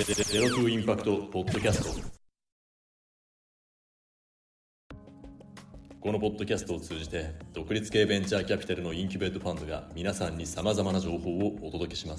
ゼロトゥインパクトポッドキャスト。このポッドキャストを通じて独立系ベンチャーキャピタルのインキュベートファンドが皆さんにさまざまな情報をお届けします。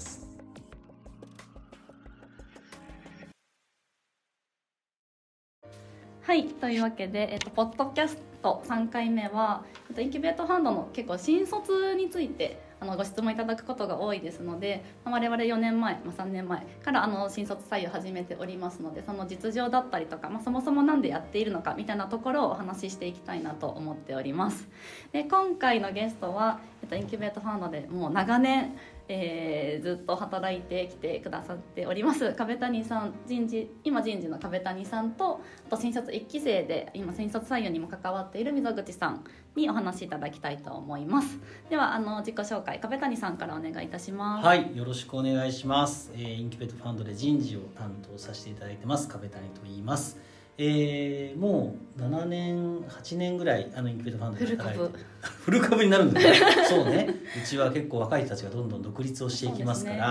はい、というわけで、ポッドキャスト3回目はインキュベートファンドの結構新卒についてご質問いただくことが多いですので、我々4年前、3年前から新卒採用を始めておりますので、その実情だったりとか、そもそもなんでやっているのかみたいなところをお話ししていきたいなと思っております。で、今回のゲストは、インキュベートファンドでもう長年ずっと働いてきてくださっております壁谷さん、今人事の壁谷さんと、あと新卒1期生で今新卒採用にも関わっている溝口さんにお話しいただきたいと思います。では自己紹介、壁谷さんからお願いいたします。 はい、よろしくお願いします。インキュベートファンドで人事を担当させていただいてます壁谷と言います。もう7年8年ぐらいインキュベートファンドで働いてフル株になるんですねそうね、うちは結構若い人たちがどんどん独立をしていきますから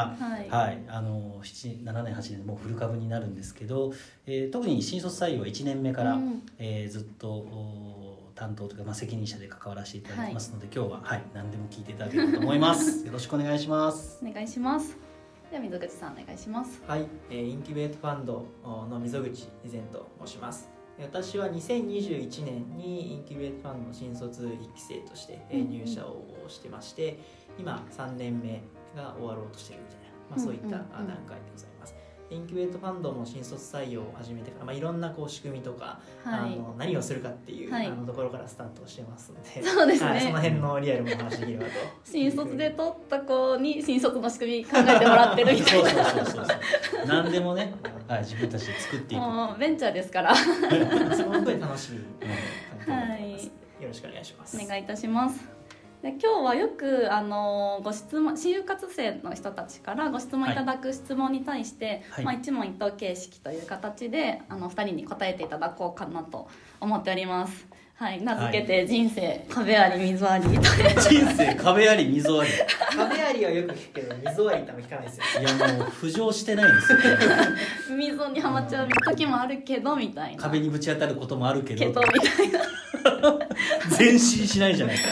、7年8年もうフル株になるんですけど、特に新卒採用は1年目から、ずっと担当というか、責任者で関わらせていただきますので、今日は、何でも聞いていただければと思いますよろしくお願いします。 お願いします。では溝口さんお願いします。 はい、インキュベートファンドの溝口以前と申します。私は2021年にインキュベートファンドの新卒1期生として入社をしてまして、今3年目が終わろうとしているみたいな、そういった段階でございます。インキュベートファンドも新卒採用を始めてから、いろんな仕組みとか、何をするかっていう、ところからスタートしてますので、 そうですね、 その辺のリアルもお話しできればと。 新卒で取った子に新卒の仕組み考えてもらってるみたいなそう何でもね、自分たちで作っていく、 もうベンチャーですからすごく楽しい環境になってます。よろしくお願いします。 お願いいたします。で、今日はよくご質問、就活生の人たちからご質問いただく質問に対して、一問一答形式という形で2人に答えていただこうかなと思っております。名付けて人生壁あり溝あり人生壁あり溝あり壁ありはよく聞くけど溝ありって聞かないですよ。 いや、もう浮上してないんですよ溝にはまっちゃう時もあるけどみたいな、 壁にぶち当たることもあるけどみたいな前進しないじゃないか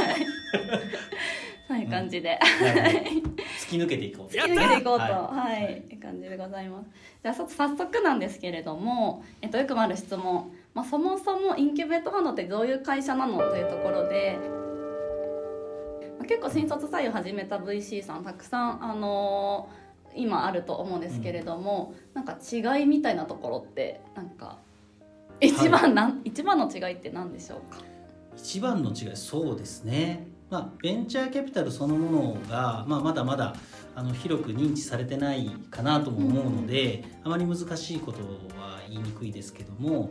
そういう感じで、 突き抜けていこうと、 いう感じでございます。じゃあ早速なんですけれども、よくある質問、そもそもインキュベートファンドってどういう会社なのというところで、結構新卒採用始めた VC さんたくさん、今あると思うんですけれども、なんか違いみたいなところってなんか一番の違いって何でしょうか？ 一番の違い、そうですね、ベンチャーキャピタルそのものが、まだまだ広く認知されてないかなとも思うので、あまり難しいことは言いにくいですけども、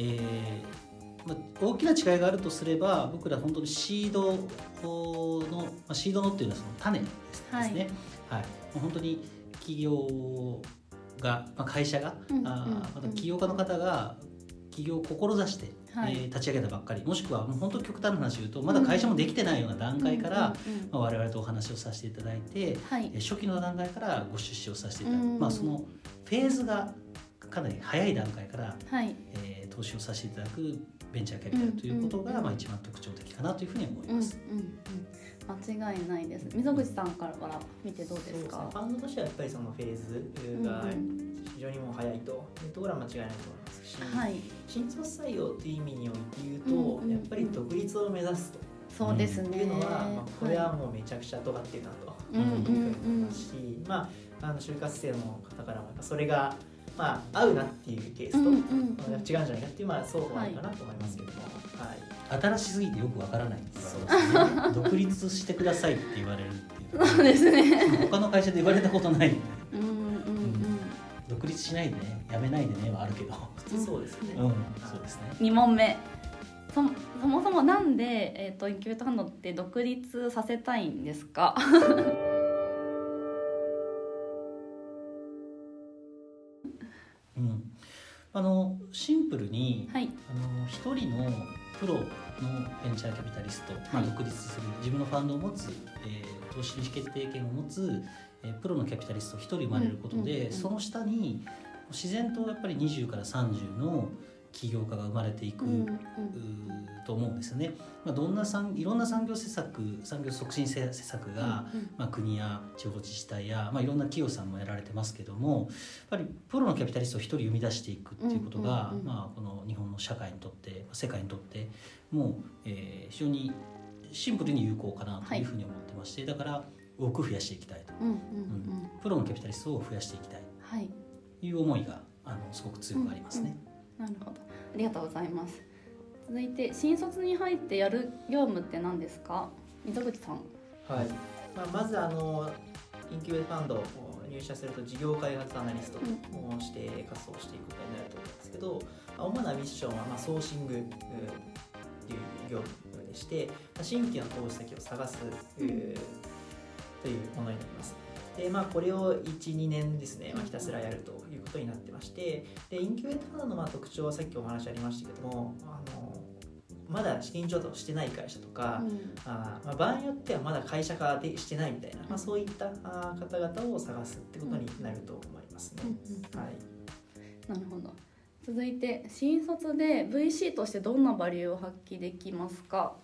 大きな違いがあるとすれば、僕ら本当にシードのっていうのはその種ですね、本当に企業が、会社が、起業家の方が起業を志して立ち上げたばっかり、もしくはもう本当極端な話言うとまだ会社もできてないような段階から、我々とお話をさせていただいて、初期の段階からご出資をさせていただく、そのフェーズがかなり早い段階から、投資をさせていただくベンチャーキャピタルということが、一番特徴的かなというふうに思います。 間違いないです。溝口さんから見てどうですか？ ファンドとしてはやっぱりそのフェーズが非常にもう早いというところは間違いないと思いますし、新卒採用という意味において言うと、やっぱり独立を目指すとそうですね、 いうのは、これはもうめちゃくちゃ尖ってるなと思いますし、就活生の方からもそれが合うなっていうケースと、違うんじゃないかっていう双方あるかなと思いますけども、 新しすぎてよくわからないって言われますね独立してくださいって言われるっていう、 そうですね他の会社で言われたことないんで、独立しないでね、辞めないでねはあるけど、 普通そうですよね。 そうですね。 2問目、そもそもなんで、インキュベートファンドって独立させたいんですか？ シンプルに、一人のプロのベンチャーキャピタリスト、独立する自分のファンドを持つ、投資意思決定権を持つ、プロのキャピタリストを一人生まれることで、その下に自然とやっぱり20から30の起業家が生まれていく、と思うんですよね。いろんな産業施策、産業促進施策が、国や地方自治体や、いろんな企業さんもやられてますけども、やっぱりプロのキャピタリストを一人生み出していくっていうことが、この日本の社会にとって世界にとってもう、非常にシンプルに有効かなというふうに思ってまして、だから多く増やしていきたいと、プロのキャピタリストを増やしていきたいという思いがすごく強くありますね。 なるほど、ありがとうございます。続いて新卒に入ってやる業務って何ですか、溝口さん。 はい、まずインキュベートファンドを入社すると事業開発アナリストをして活動していくことになると思うんですけど、主なミッションはソーシングという業務でして、新規の投資先を探すというものになります。でこれを 1,2 年ですね、ひたすらやるということになってまして、でインキュベートファンドの特徴はさっきお話ありましたけども、まだ資金調達をしてない会社とか、場合によってはまだ会社化してないみたいな、そういった方々を探すってことになると思いますね。 なるほど。続いて新卒で VC としてどんなバリューを発揮できますか。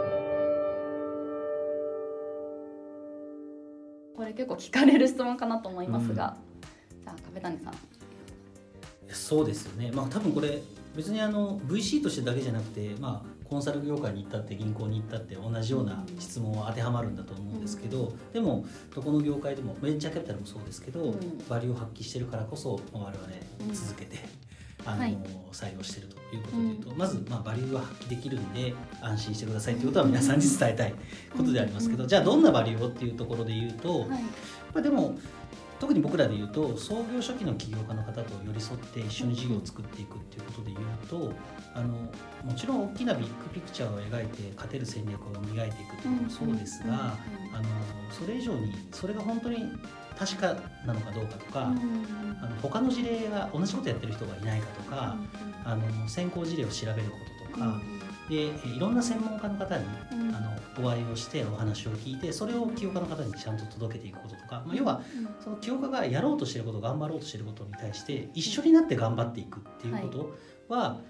これ結構聞かれる質問かなと思いますが、じゃあ壁谷さん。 そうですよね、多分これ別にVC としてだけじゃなくて、コンサル業界に行ったって銀行に行ったって同じような質問は当てはまるんだと思うんですけど、でもどこの業界でもベンチャーキャピタルもそうですけど、バリューを発揮してるからこそ我々続けて、採用しているということでいうと、まずバリューは発揮できるんで安心してくださいということは皆さんに伝えたいことでありますけど、じゃあどんなバリューをっていうところで言うと、でも特に僕らで言うと創業初期の起業家の方と寄り添って一緒に事業を作っていくっていうことで言うと、もちろん大きなビッグピクチャーを描いて勝てる戦略を磨いていくというのもそうですが、それ以上にそれが本当に確かなのかどうかとか、他の事例が同じことやってる人がいないかとか、先行事例を調べることとか、でいろんな専門家の方にお会いをしてお話を聞いて、それを起業家の方にちゃんと届けていくこととか、要はその起業家がやろうとしていること、頑張ろうとしていることに対して一緒になって頑張っていくっていうことは、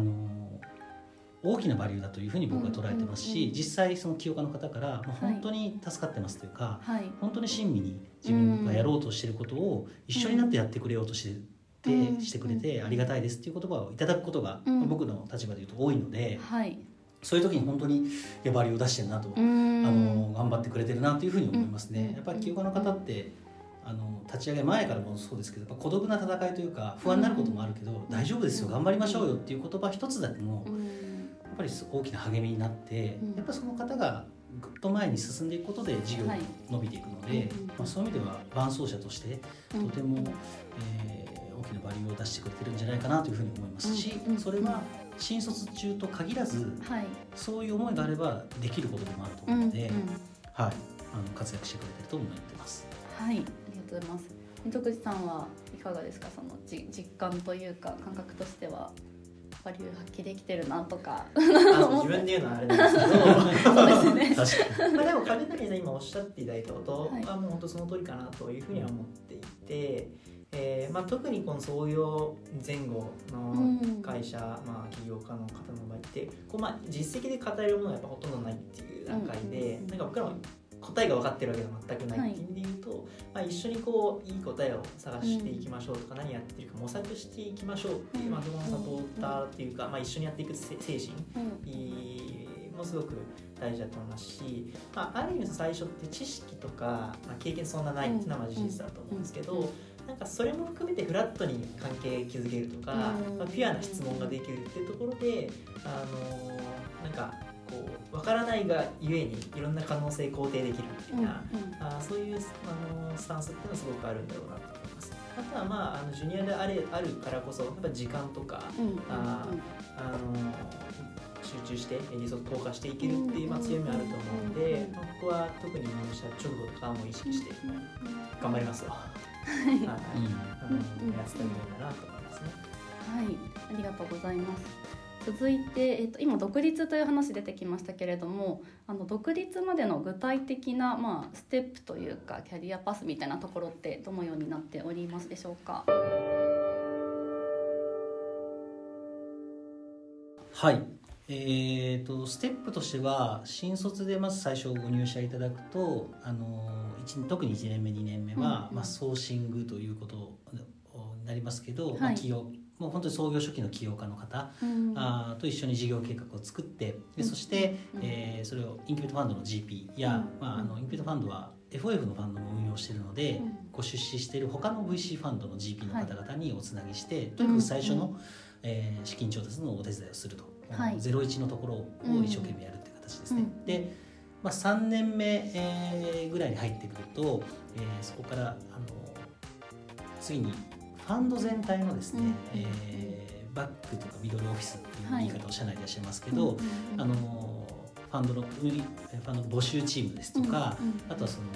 大きなバリューだというふうに僕は捉えてますし、実際その起業家の方から本当に助かってますというか、本当に親身に自分がやろうとしていることを一緒になってやってくれようとしてくれてありがたいですっていう言葉をいただくことが、僕の立場でいうと多いので、そういう時に本当にバリューを出してるなと、頑張ってくれてるなというふうに思いますね。やっぱり起業家の方って立ち上げ前からもそうですけど、孤独な戦いというか不安になることもあるけど、大丈夫ですよ、頑張りましょうよっていう言葉一つだけもやっぱり大きな励みになって、やっぱりその方がぐっと前に進んでいくことで事業が伸びていくので、そういう意味では伴走者としてとても、大きなバリューを出してくれてるんじゃないかなというふうに思いますし、それは新卒中と限らず、そういう思いがあればできることでもあると思うので、活躍してくれてると思ってます。 ありがとうございます。溝口さんはいかがですか、その実感というか感覚としては。バリュー発揮できてるなとか自分で言うのはあれなんですけどそうですねでも壁谷さん今おっしゃっていただいたことはもう本当その通りかなというふうには思っていて、特にこの創業前後の会社、起業家の方の場合って実績で語れるものはやっぱほとんどないっていう段階で、なんか僕らも答えが分かってるわけでは全くないっていう意味で言うと、一緒にいい答えを探していきましょうとか、何やってるか模索していきましょうっていう、そのサポーターっていうか、一緒にやっていく精神もすごく大事だと思いますし、ある意味最初って知識とか、経験そんなないっていうのは事実だと思うんですけど、なんかそれも含めてフラットに関係築けるとか、ピュアな質問ができるっていうところで、なんか分からないがゆえにいろんな可能性肯定できるみたいな、そういうスタンスっていうのはすごくあるんだろうなと思います。あとはジュニアであるからこそやっぱ時間とか、集中してリソース投下していけるっていう強みがあると思うので、僕は特に入社直後とかも意識して頑張りますよ。やってたらいいんだなと思いますね。 ありがとうございます。続いて、今独立という話出てきましたけれども、独立までの具体的な、ステップというかキャリアパスみたいなところってどのようになっておりますでしょうか。 はい、ステップとしては新卒でまず最初ご入社いただくと特に1年目2年目は、ソーシングということになりますけど、企業もう本当に創業初期の起業家の方、と一緒に事業計画を作ってでそして、それをインキュベートファンドの GP や、インキュベートファンドは FOF のファンドも運用しているので、ご出資している他の VC ファンドの GP の方々におつなぎして、とにかく最初の、資金調達のお手伝いをすると、01のところを一生懸命やるっていう形ですね。で、3年目、ぐらいに入ってくると、そこから次にファンド全体のですね、バックとかミドルオフィスっていう言い方を社内でいらっしゃいますけど、ファンドの募集チームですとか、あとはその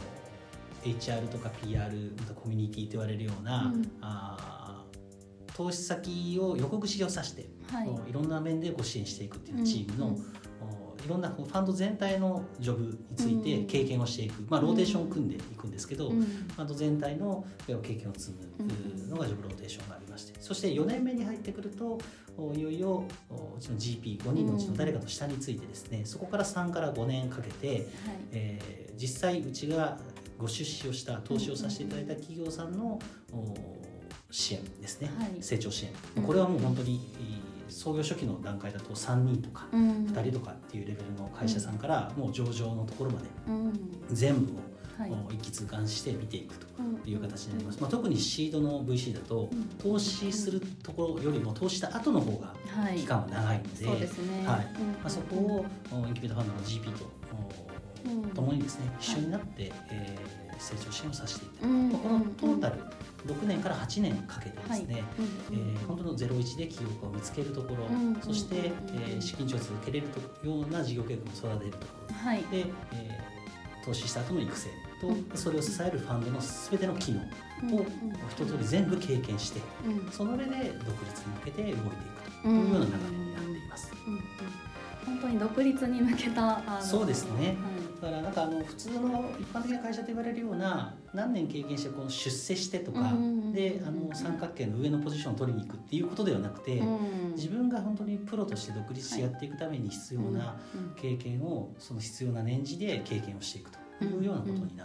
HR とか PR コミュニティと言われるような、投資先を横串を刺して、いろんな面でご支援していくっていうチームの、いろんなファンド全体のジョブについて経験をしていく、ローテーションを組んでいくんですけど、ファンド全体の経験を積むのがジョブローテーションがありまして、そして4年目に入ってくるといよいようちの GP5 人のうちの誰かの下についてですね、そこから3から5年かけて、実際うちがご出資をした投資をさせていただいた企業さんの支援ですね、成長支援、これはもう本当に創業初期の段階だと3人とか2人とかっていうレベルの会社さんからもう上場のところまで全部を一気通貫して見ていくという形になります。特にシードの VC だと投資するところよりも投資した後の方が期間は長いので、そこをインキュベートファンドの GP と共にですね一緒になって成長支援をさせていただく、このトータル6年から8年かけてですね、本当の01で起業家を見つけるところ、そして、資金調達を受けれるような事業計画を育てるところ、で、投資した後の育成と、それを支えるファンドの全ての機能を一通り全部経験して、その上で独立に向けて動いていくというような流れになっています。 本当に独立に向けたそうですね、だからなんか普通の一般的な会社と言われるような何年経験してこの出世してとかで三角形の上のポジションを取りに行くっていうことではなくて、自分が本当にプロとして独立してやっていくために必要な経験をその必要な年次で経験をしていくというようなことになっています。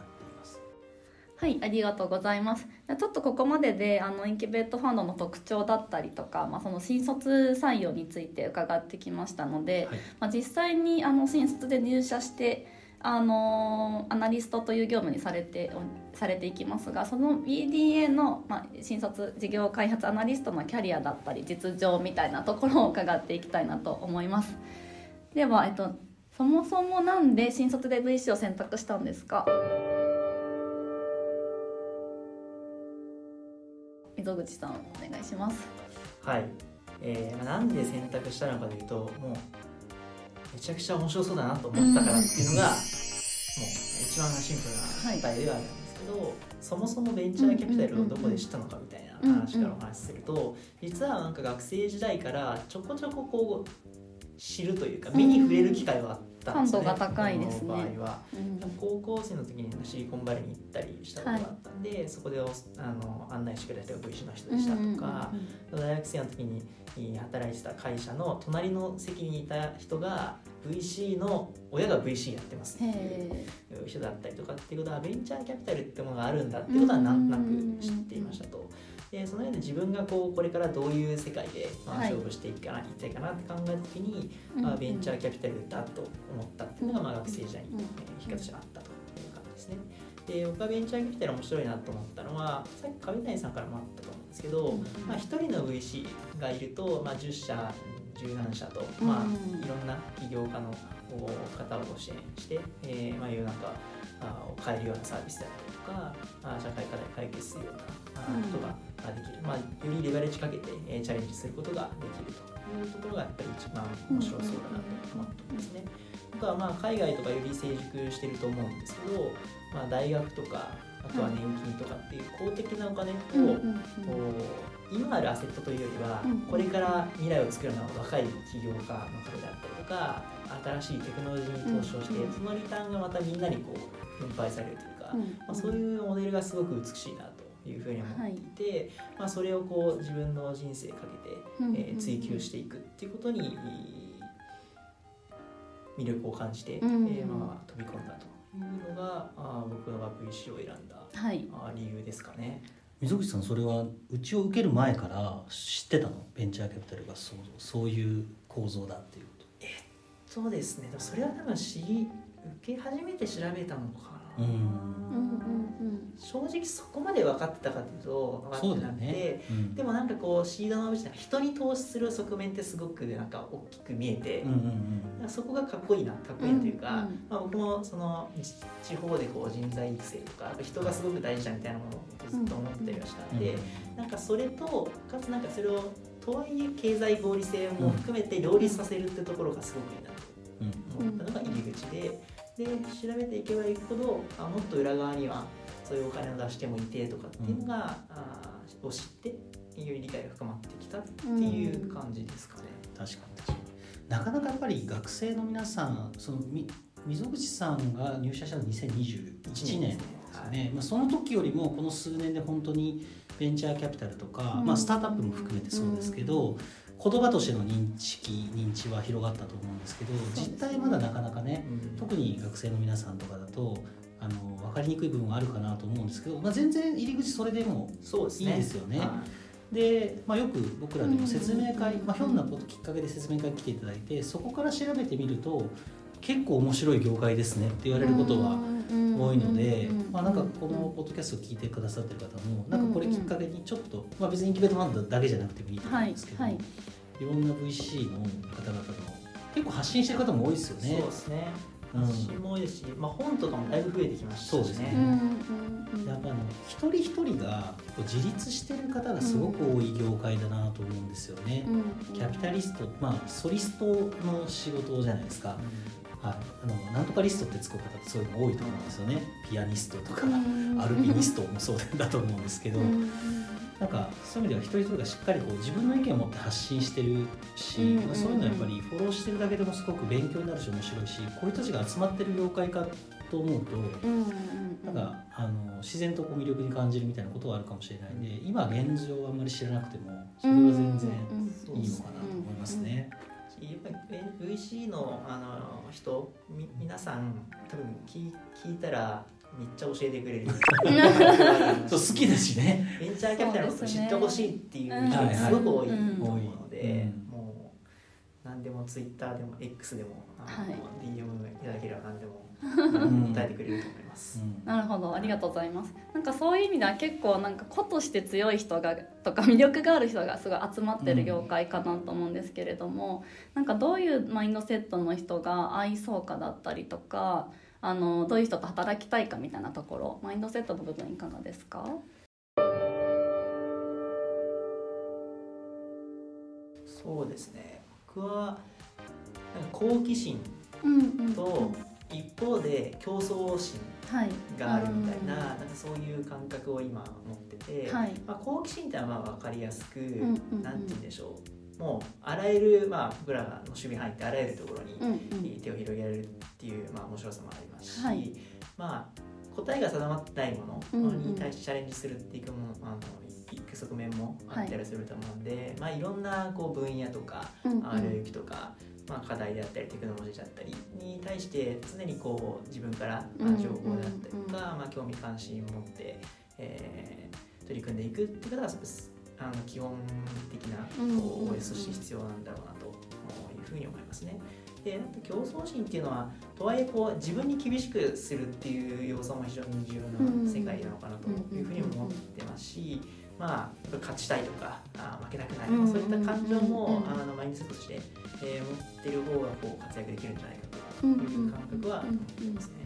はい、ありがとうございます。ちょっとここまででインキュベートファンドの特徴だったりとか、その新卒採用について伺ってきましたので、実際に新卒で入社してアナリストという業務にされていきますが、その BDA の、新卒事業開発アナリストのキャリアだったり実情みたいなところを伺っていきたいなと思います。では、そもそもなんで新卒で VC を選択したんですか？溝口さん、お願いします。 はい、なんで選択したのかというと、もうめちゃくちゃ面白そうだなと思ったからっていうのが、もう一番シンプルな答えではあるんですけど、そもそもベンチャーキャピタルをどこで知ったのかみたいな話からお話しすると、実はなんか学生時代からちょこちょここう知るというか目に触れる機会はあったんですね。 感度が高いですね。 この場合は、高校生の時にシリコンバレーに行ったりしたことがあったんで、そこで案内してくれた人が VC の人でしたとか、大学生の時に働いてた会社の隣の席にいた人が VC の親が VC やってますっていう人だったりとかっていうことは、ベンチャーキャピタルってものがあるんだっていうことはなんとなく知っていましたと。でそのように自分がこれからどういう世界で勝負していきたいかなって考えた時に、ベンチャーキャピタルだと思ったっていうのが学生時代に引き方としてあったという感じですね。で僕がベンチャーキャピタル面白いなと思ったのは、さっき上谷さんからもあったと思うんですけど、1人の VC がいると、10社十何社と、いろんな起業家の方をご支援して、世の中を変えるようなサービスだったりとか、社会課題解決するようなことができる、よりレバレッジかけてチャレンジすることができるというところがやっぱり一番面白そうだなと思ってますね。あとは海外とかより成熟してると思うんですけど、大学とかあとは年金とかっていう公的なお金を、今あるアセットというよりは、これから未来を作るのは若い起業家の方であったりとか、新しいテクノロジーに投資をして、そのリターンがまたみんなに分配されるというか、そういうモデルがすごく美しいなというふうに思っていて、それを自分の人生かけて、追求していくっていうことに魅力を感じて、 うん飛び込んだというのが僕が VC を選んだ、 はい、 理由ですかね。 溝口さん、それはうちを受ける前から知ってたの？ベンチャーキャピタルがそういう構造だっていうこと。 そうですね。でもそれは多分受け始めて調べたのかな。正直そこまで分かってたかというと分かってなくて、ね、でもなんかこうシードのうち人に投資する側面ってすごくなんか大きく見えて、そこがかっこいいというか、僕もその地方でこう人材育成とか人がすごく大事だみたいなものをずっと思ってたりはしたんで、なんかそれとかつなんかそれをとはいえ経済合理性も含めて両立させるってところがすごくいいなと思ったのが入り口で。で調べていけばいくほどもっと裏側にはそういうお金を出してもいてとかっていうのが、を知ってより理解が深まってきたっていう感じですかね。 確かになかなかやっぱり学生の皆さん、その溝口さんが入社したのは2021年ですね。その時よりもこの数年で本当にベンチャーキャピタルとか、スタートアップも含めてそうですけど、言葉としての認知は広がったと思うんですけど、実態まだなかなかね、特に学生の皆さんとかだと分かりにくい部分はあるかなと思うんですけど、全然入り口それでもいいですよね。で、よく僕らでも説明会、ひょんなこときっかけで説明会来ていただいて、そこから調べてみると結構面白い業界ですねって言われることが多いので、なんかこのポッドキャストを聞いてくださってる方もなんかこれきっかけにちょっと、別にインキュベートファンドだけじゃなくてもいいと思うんですけど、いろんな VC の方々の結構発信してる方も多いですよね。 そうですね。発信も多いですし、本とかもだいぶ増えてきましたしね。 そうですね。やっぱ一人一人が自立してる方がすごく多い業界だなと思うんですよね。キャピタリスト、ソリストの仕事じゃないですか。なんとかリストってつく方ってそういうの多いと思うんですよね。ピアニストとかアルピニストもそうだと思うんですけど、なんかそういう意味では一人一人がしっかりこう自分の意見を持って発信してるし、そういうのはやっぱりフォローしてるだけでもすごく勉強になるし面白いし、こういう人たちが集まってる業界かと思うと、なんか自然とこう魅力に感じるみたいなことはあるかもしれないんで、今現状はあんまり知らなくてもそれは全然いいのかなと思いますね。 やっぱり VC の人皆さん多分聞いたらめっちゃ教えてくれるそう好きだしね。 ベンチャーキャピタルのこと知ってほしいっていう人がすごく多いと思うので、もう何でも Twitter でも X でもDM いただければ何でも答えてくれると思います。 なるほど、ありがとうございます。なんかそういう意味では結構なんか個として強い人がとか魅力がある人がすごい集まってる業界かなと思うんですけれども、なんかどういうマインドセットの人が合いそうかだったりとか、どういう人と働きたいかみたいなところ、マインドセットの部分いかがですか？ そうですね、僕はなんか好奇心と一方で競争心があるみたいな、なんかそういう感覚を今持ってて、好奇心ってのは分かりやすく、なんて言うんでしょう、もうあらゆる、僕らの守備範囲ってあらゆるところに手を広げられるっていう、面白さもありますし、答えが定まってないものに対してチャレンジするっていう側面もあったりすると思うんで、いろんなこう分野とか領域とか、課題であったりテクノロジーだったりに対して常にこう自分から情報であったりとか、興味関心を持って、取り組んでいくっていう方は基本的なOS として必要なんだろうなというふうに思いますね。で、競争心っていうのはとはいえこう自分に厳しくするっていう要素も非常に重要な世界なのかなというふうに思ってますし、勝ちたいとか負けたくないとか、そういった感情もマインドセットとして、持っている方がこう活躍できるんじゃないかという感覚は持っていますね。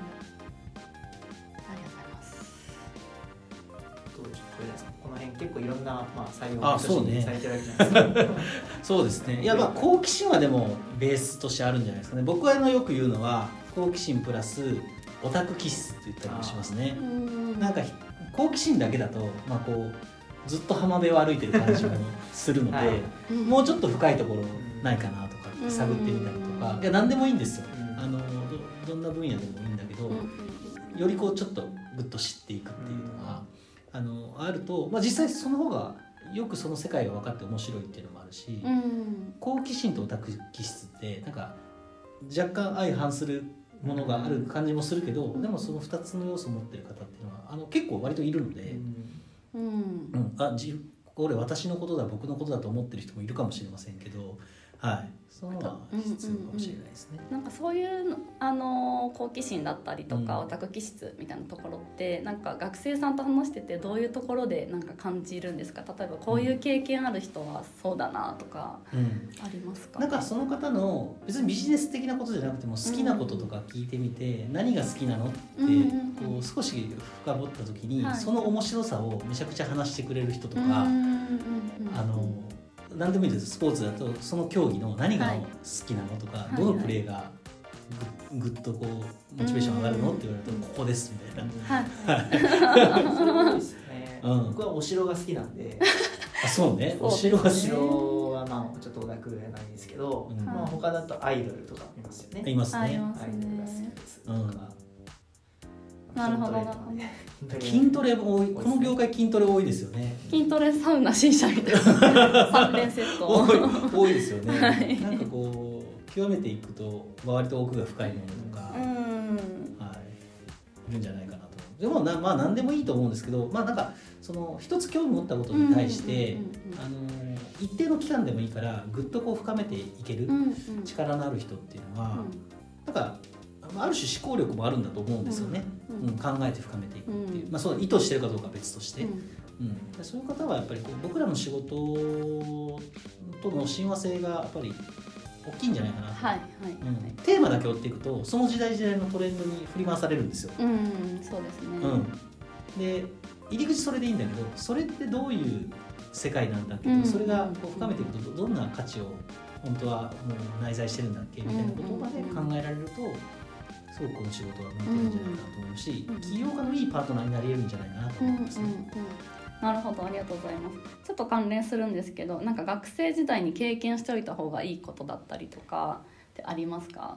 この辺結構いろんな採用をされてるわけじゃないですか。 そうですね。いや好奇心はでもベースとしてあるんじゃないですかね。僕はよく言うのは好奇心プラスオタク気質って言ったりもしますね。なんか好奇心だけだとこうずっと浜辺を歩いてる感じもするので、もうちょっと深いところないかなとかって探ってみたりとか、いや何でもいいんですよ。どんな分野でもいいんだけど、よりこうちょっとぐっと知っていくっていうのがあると、実際その方がよくその世界が分かって面白いっていうのもあるし、好奇心とオタク気質ってなんか若干相反するものがある感じもするけど、でもその2つの要素を持ってる方っていうのは結構割といるので、これ私のことだ僕のことだと思ってる人もいるかもしれませんけど、はい、そういうのは必要かもしれないですね。 なんかそういう好奇心だったりとか、オタク気質みたいなところってなんか学生さんと話しててどういうところでなんか感じるんですか？例えばこういう経験ある人はそうだなとかありますか？ なんかその方の別にビジネス的なことじゃなくても好きなこととか聞いてみて、何が好きなのってこう少し深掘った時に、その面白さをめちゃくちゃ話してくれる人とか、何でもいいです。スポーツだとその競技の何が好きなのとか、どのプレーがぐっとこうモチベーション上がるのって言われるとここですみたいな。 そうですね。僕はお城が好きなんで。 そうね。お城はまあちょっとオタクじゃないですけど、まあ他だとアイドルとか見ますよね。 いますね。 アイドルが好きですとか。 なるほど。 筋トレも多い。この業界筋トレ多いですよね。 筋トレサウナ新車みたいな3連セット多いですよね。なんかこう極めていくと割と奥が深いものとか、いるんじゃないかなと。でもまあ何でもいいと思うんですけど、まあなんかその一つ興味持ったことに対して一定の期間でもいいからぐっとこう深めていける力のある人っていうのは、なんかある種思考力もあるんだと思うんですよね。考えて深めていくっていう、まあそう意図してるかどうかは別として、そういう方はやっぱりこう僕らの仕事との親和性がやっぱり大きいんじゃないかなと。テーマだけ追っていくとその時代時代のトレンドに振り回されるんですよ。 そうですね。 で入り口それでいいんだけど、それってどういう世界なんだっけど、それがこう深めていくとどんな価値を本当はもう内在してるんだっけみたいなことまで考えられると、すごくこの仕事は向いてるんじゃないかなと思うし、起業家のいいパートナーになり得るんじゃないかなと思いますね。 なるほど、ありがとうございます。ちょっと関連するんですけど、なんか学生時代に経験しておいた方がいいことだったりとかってありますか？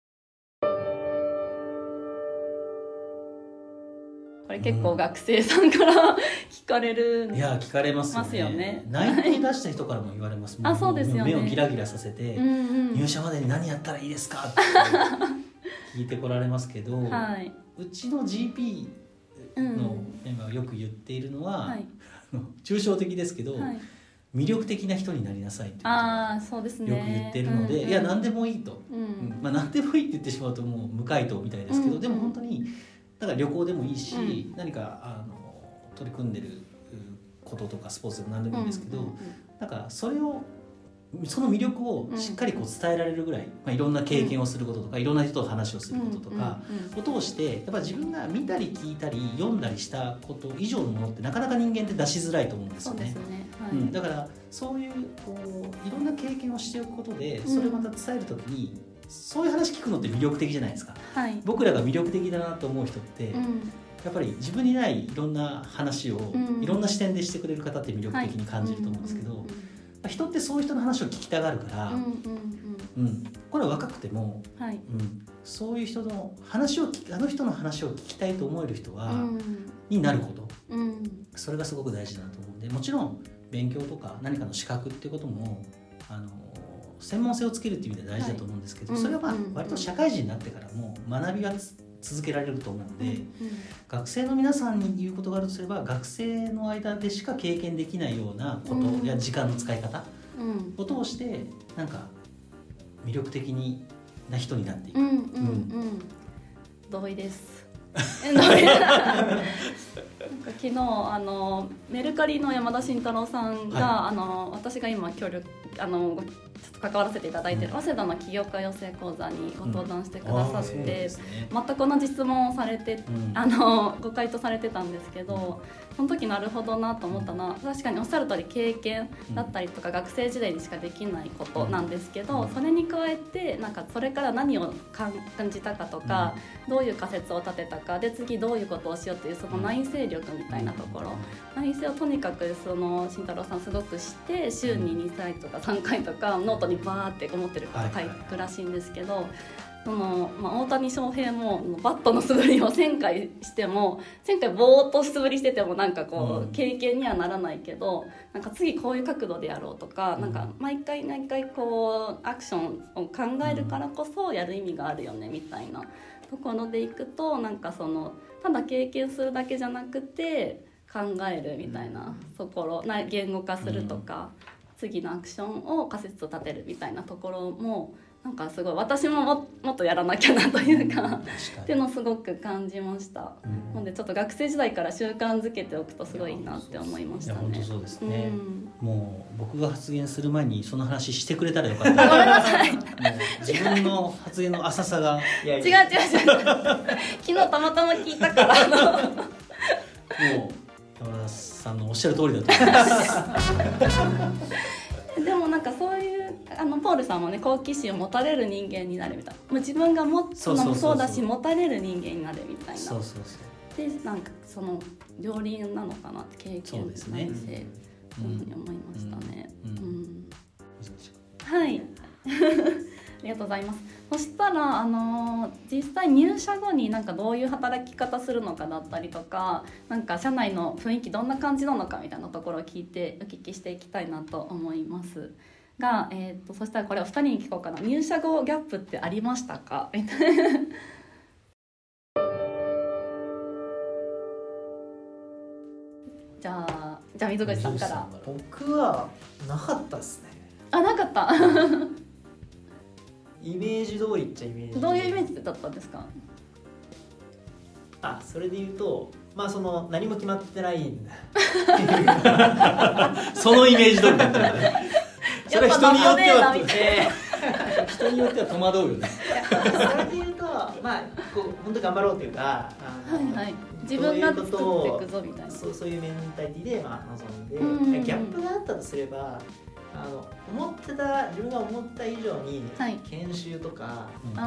これ結構学生さんから聞かれるんです。 いや聞かれますよね。内定出した人からも言われます。 そうですよね。 目をギラギラさせて、入社までに何やったらいいですかって聞いてこられますけど、うちの GP のメンバーがよく言っているのは、抽象的ですけど、魅力的な人になりなさいってそうですね、 よく言ってるので、いや何でもいいと、まあ何でもいいって言ってしまうともう無回答みたいですけど、でも本当にだから旅行でもいいし、何か取り組んでることとかスポーツでも何でもいいんですけど、なんかその魅力をしっかりこう伝えられるぐらい、いろんな経験をすることとか、いろんな人と話をすることとかを通して、やっぱ自分が見たり聞いたり読んだりしたこと以上のものってなかなか人間って出しづらいと思うんですよね。だからそういうこういろんな経験をしておくことで、それをまた伝えるときに、そういう話聞くのって魅力的じゃないですか。僕らが魅力的だなと思う人って、やっぱり自分にないいろんな話をいろんな視点でしてくれる方って魅力的に感じると思うんですけど、人ってそういう人の話を聞きたがるから、これは若くても、そういう人の話をあの人の話を聞きたいと思える人は、になること、それがすごく大事だなと思うんで、もちろん勉強とか何かの資格っていうことも専門性をつけるっていう意味では大事だと思うんですけど、それはまあ割と社会人になってからも学びは続けられると思うので、学生の皆さんに言うことがあるとすれば、学生の間でしか経験できないようなことや時間の使い方を通してなんか魅力的な人になっていく。 同意です。なんか昨日メルカリの山田慎太郎さんが、私が今協力ちょっと関わらせていただいている早稲田の起業家養成講座にご登壇してくださって、全く同じ質問をされて、ご回答されてたんですけど、その時なるほどなと思ったのは、確かにおっしゃる通り経験だったりとか、学生時代にしかできないことなんですけど、それに加えてなんかそれから何を感じたかとか、どういう仮説を立てたかで、次どういうことをしようっていうその内省力みたいなところ、内省をとにかく慎太郎さんすごくして、週に2回とか3回とかノートにバーって思ってること書くらしいんですけど、大谷翔平もバットの素振りを1000回しても1000回ぼーっと素振りしててもなんかこう経験にはならないけど、なんか次こういう角度でやろうとか、なんか毎回こうアクションを考えるからこそやる意味があるよねみたいなところでいくと、なんかただ経験するだけじゃなくて考えるみたいなところ、言語化するとか、次のアクションを仮説を立てるみたいなところもなんかすごい私も もっとやらなきゃなというかっていうのをすごく感じました。なのでちょっと学生時代から習慣づけておくとすごいいいなって思いましたね。 本当そうですね、もう僕が発言する前にその話してくれたらよかった。 ごめんなさい。もう自分の発言の浅さが違う昨日たまたま聞いたからもう山田さんのおっしゃる通りだと思いますでもなんかそういうポールさんもね、好奇心を持たれる人間になるみたいな、もう自分が持つのもそうだし持たれる人間になるみたいな。でなんか両輪なのかなって経験内性、そういうふうに思いましたね。はいありがとうございます。そしたら実際入社後になんかどういう働き方するのかだったりとか、なんか社内の雰囲気どんな感じなのかみたいなところをお聞きしていきたいなと思いますが、そしたらこれお二人に聞こうかな。入社後ギャップってありましたかみたいなじゃあ溝口さんから。 僕はなかったですね。 あ、なかったイメージ通りっちゃイメージ。 どういうイメージだったんですか？ それで言うと、何も決まってないんだそのイメージ通りだったんだね。それは人によっては人によっては戸惑うよね。 それで言うと本当頑張ろうというか、 自分が作っていくぞみたいな、 そういうメンタリティで臨んで、ギャップがあったとすれば、自分が思った以上に研修とか、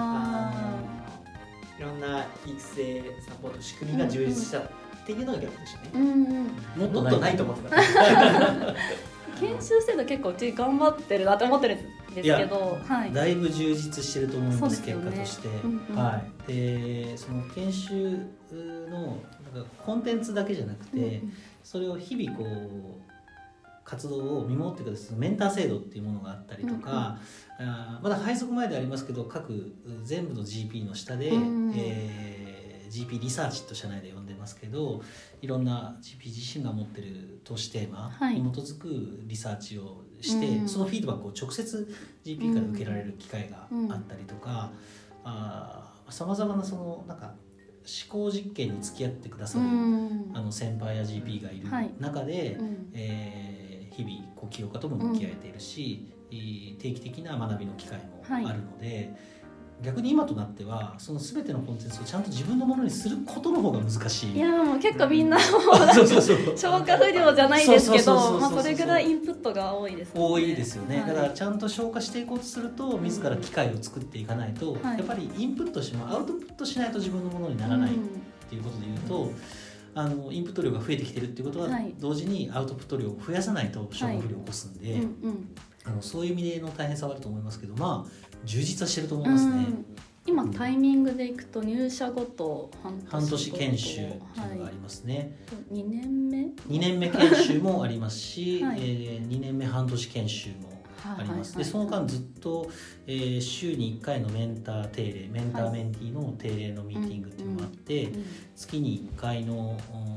いろんな育成サポート仕組みが充実したっていうのがギャップでしたね。もっとないと思ってた。 研修制度結構うち頑張ってるなって思ってるんですけど、 だいぶ充実してると思います、結果として。でその研修のコンテンツだけじゃなくて、それを日々活動を見守ってくださるメンター制度っていうものがあったりとか、まだ配属前でありますけど各全部の GP の下で、GP リサーチと社内で呼んでますけど、いろんな GP 自身が持ってる投資テーマに基づくリサーチをして、そのフィードバックを直接 GP から受けられる機会があったりとか、さまざまななんか思考実験に付き合ってくださる先輩や GP がいる中で、日々起業家とも向き合えているし、定期的な学びの機会もあるので、逆に今となってはその全てのコンテンツをちゃんと自分のものにすることの方が難しい。 いやもう結構みんな消化不良じゃないですけど、それぐらいインプットが多いですね。 多いですよね。だからちゃんと消化していこうとすると自ら機会を作っていかないと、やっぱりインプットしてもアウトプットしないと自分のものにならないっていうことでいうと、インプット量が増えてきてるっていうことは、同時にアウトプット量を増やさないと消化不良を起こすんで、そういう意味での大変さはあると思いますけど、充実はしてると思いますね。 今タイミングでいくと入社ごと半年研修っていうのがありますね。 2年目研修もありますし、2年目半年研修もあります。でその間ずっと、週に1回のメンター定例、メンターメンティーの定例のミーティングっていうのがあって、月に1回の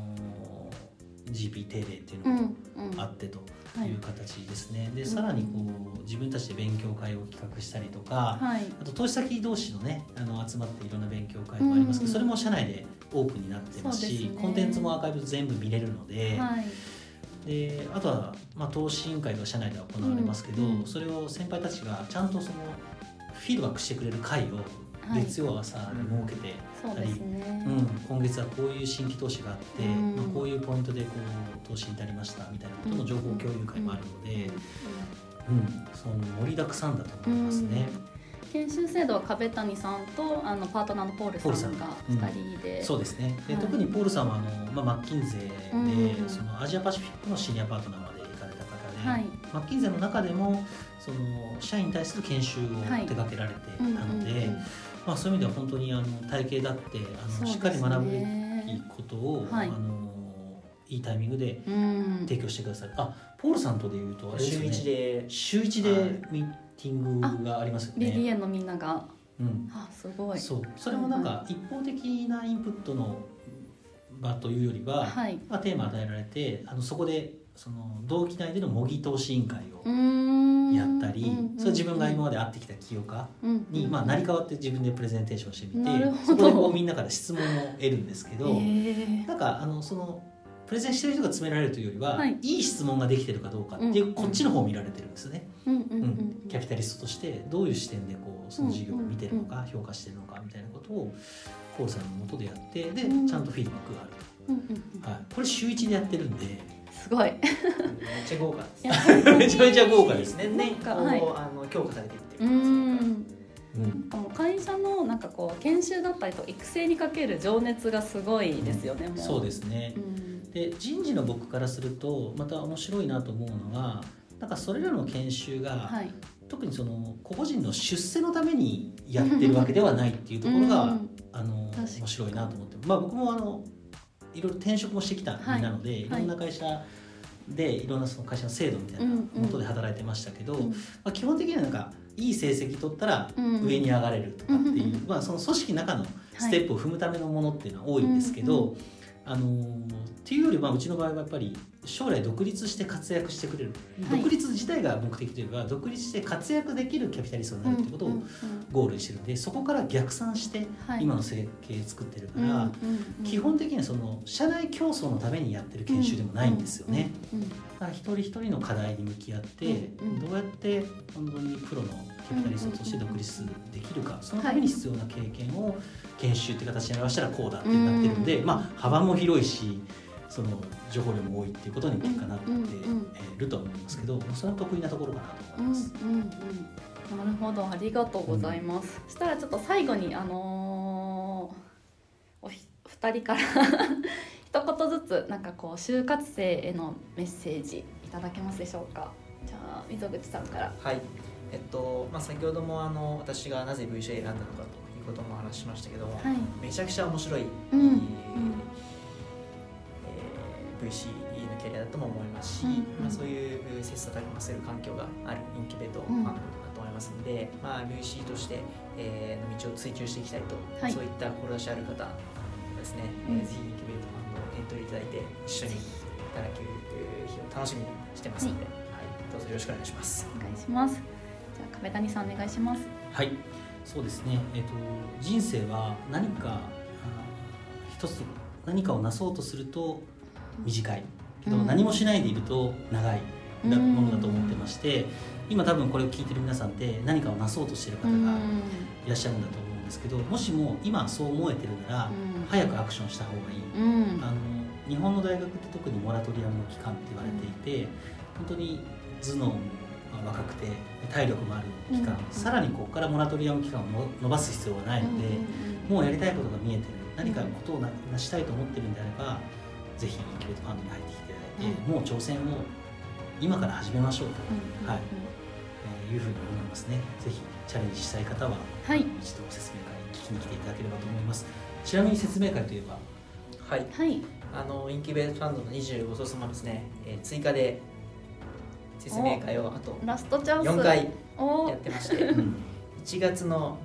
GP 定例っていうのもあってという形ですね。でさらに自分たちで勉強会を企画したりとか、あと投資先同士のね集まっていろんな勉強会もありますけど、それも社内でオープンになってますし、コンテンツもアーカイブ全部見れるので、であとは、投資委員会が社内で行われますけど、それを先輩たちがちゃんとフィードバックしてくれる会を月曜朝に設けてたり、今月はこういう新規投資があって、こういうポイントで投資に至りましたみたいなことの情報共有会もあるので、その盛りだくさんだと思いますね。 研修制度は壁谷さんとパートナーのポールさんが2人で、 そうですね。で特にポールさんはマッキンゼーで、そのアジアパシフィックのシニアパートナーまで行かれた方はい、 マッキンゼーの中でもその社員に対する研修を手掛けられてたので、そういう意味では本当に体系だってしっかり学ぶべきことを、はい、いいタイミングで提供してくださる。ポールさんとでいうとあれですね、週1でミーティングがありますよね。 BDA のみんなが、すごい。それもなんか一方的なインプットの場というよりは、はい、テーマ与えられてそこでその同期内での模擬投資委員会をやったり、それ自分が今まで会ってきた起業家に成り代わって自分でプレゼンテーションしてみて、そこでこうみんなから質問を得るんですけど、なんかそのプレゼンしてる人が詰められるというよりは、いい質問ができてるかどうかっていう、こっちの方を見られてるんですよね。キャピタリストとしてどういう視点でこうその事業を見てるのか、評価してるのかみたいなことをコールさんの下でやって、でちゃんとフィードバックがあると。これ週1でやってるんで、 すごい。めっちゃ豪華です。 めちゃめちゃ豪華です。 年々強化されていってるんですよ。会社のなんかこう研修だったりと育成にかける情熱がすごいですよね。もうそうですね。で人事の僕からするとまた面白いなと思うのは、なんかそれらの研修が、特にその個々人の出世のためにやってるわけではないっていうところが面白いなと思って、僕もいろいろ転職もしてきた身なので、いろんな会社でいろんなその会社の制度みたいな元で働いてましたけど、基本的にはなんかいい成績取ったら上に上がれるとかっていう、その組織の中のステップを踏むためのものっていうのは多いんですけど、っていうよりうちの場合はやっぱり将来独立して活躍してくれる、独立自体が目的というか独立して活躍できるキャピタリストになるってことをゴールにしてるんで、そこから逆算して今の設計作ってるから、基本的にはその社内競争のためにやってる研修でもないんですよね。だから一人一人の課題に向き合ってどうやって本当にプロのキャピタリストとして独立できるか、そのために必要な経験を研修って形に表したらこうだってなってるんで、幅も広いしその情報量も多いっていうことに結果なってるとは思いますけど、それは得意なところかなと思います。 なるほど、ありがとうございます。そしたらちょっと最後にお二人から一言ずつなんかこう就活生へのメッセージいただけますでしょうか。じゃあ溝口さんから。 はい。先ほども私がなぜ VC を選んだのかということもお話ししましたけども、めちゃくちゃ面白い、VC のキャリアだとも思いますし、そういう切磋琢磨する環境があるインキュベートファンドだと思いますので、VC として、の道を追求していきたいと、そういった志ある方ですね、ぜひインキュベートファンドをエントリーいただいて一緒に働ける日を楽しみにしてますので、どうぞよろしくお願いします。 お願いします。じゃあ壁谷さんお願いします。 はい、そうですね。人生は何か一つ何かをなそうとすると短いけど、何もしないでいると長いものだと思ってまして、今多分これを聞いてる皆さんって何かをなそうとしている方がいらっしゃるんだと思うんですけど、もしも今そう思えてるなら早くアクションした方がいい。日本の大学って特にモラトリアムの期間って言われていて、本当に頭脳も若くて体力もある期間、さらにここからモラトリアム期間を伸ばす必要はないので、もうやりたいことが見えてる、何かことを成したいと思ってるんであれば、ぜひインキュベートファンドに入ってきていただいて、もう挑戦を今から始めましょうと、いうふうに思いますね。ぜひチャレンジしたい方は、一度説明会聞きに来ていただければと思います。ちなみに説明会といえば、 インキュベートファンドの25卒もですね、追加で説明会をあとラストチャンス 4回やってまして、1月の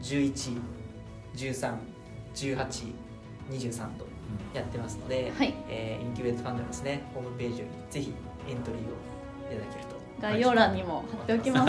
11、13、18、23とやってますので、インキュベートファンドのですね、ホームページよりぜひエントリーをいただけると。 概要欄にも貼っておきます。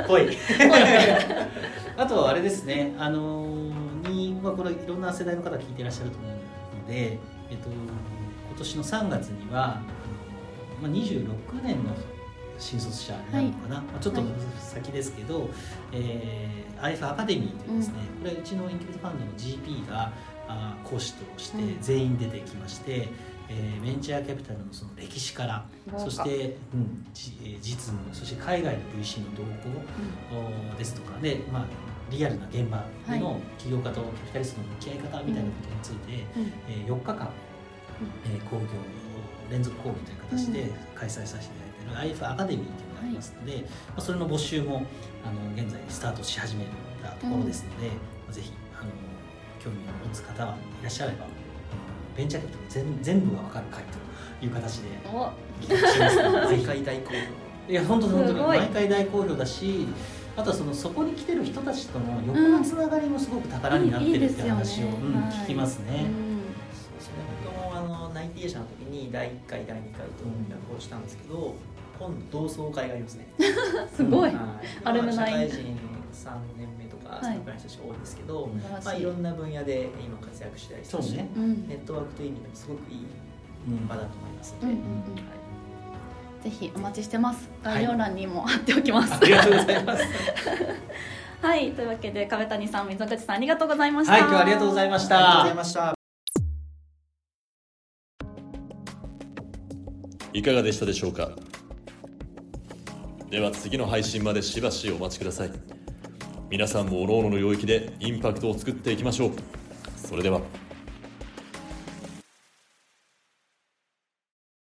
ぽい。 あとはあれですね、これいろんな世代の方聞いていらっしゃると思うので、今年の3月には26年の新卒者になるのかな、ちょっと先ですけど、IF アカデミーというですね、これうちのインキュベートファンドの GP が講師として全員出てきまして、ベンチャーキャピタルのその歴史から、そして、実務、そして海外の VC の動向ですとかで、リアルな現場での起業家とキャピタリストの向き合い方みたいなことについて、4日間講義を連続講義という形で開催させていただいてる IF アカデミーというのがありますので、それの募集も現在スタートし始めたところですので、ぜひ興味を持つ方はいらっしゃればベンチャーキャピタル全部が分かる会という形で企画しますので毎回大好評。 いや本当に毎回大好評だし、あとはそこに来てる人たちとの横のつながりもすごく宝になってるって話を聞きますね。 僕も内定者の時に第1回第2回と役をしたんですけど、今度同窓会がありますね。 すごい、 アルムナイ。社会人3年目とかそのくらいの人たち多いですけど、いろんな分野で今活躍したりするし、ネットワークという意味でもすごくいい場だと思いますので、 ぜひお待ちしてます。概要欄にも貼っておきます。 ありがとうございます。 はい、というわけで壁谷さん、溝口さんありがとうございました。 はい、今日はありがとうございました。 ありがとうございました。 いかがでしたでしょうか。では次の配信までしばしお待ちください。皆さんも各々の領域でインパクトを作っていきましょう。それでは。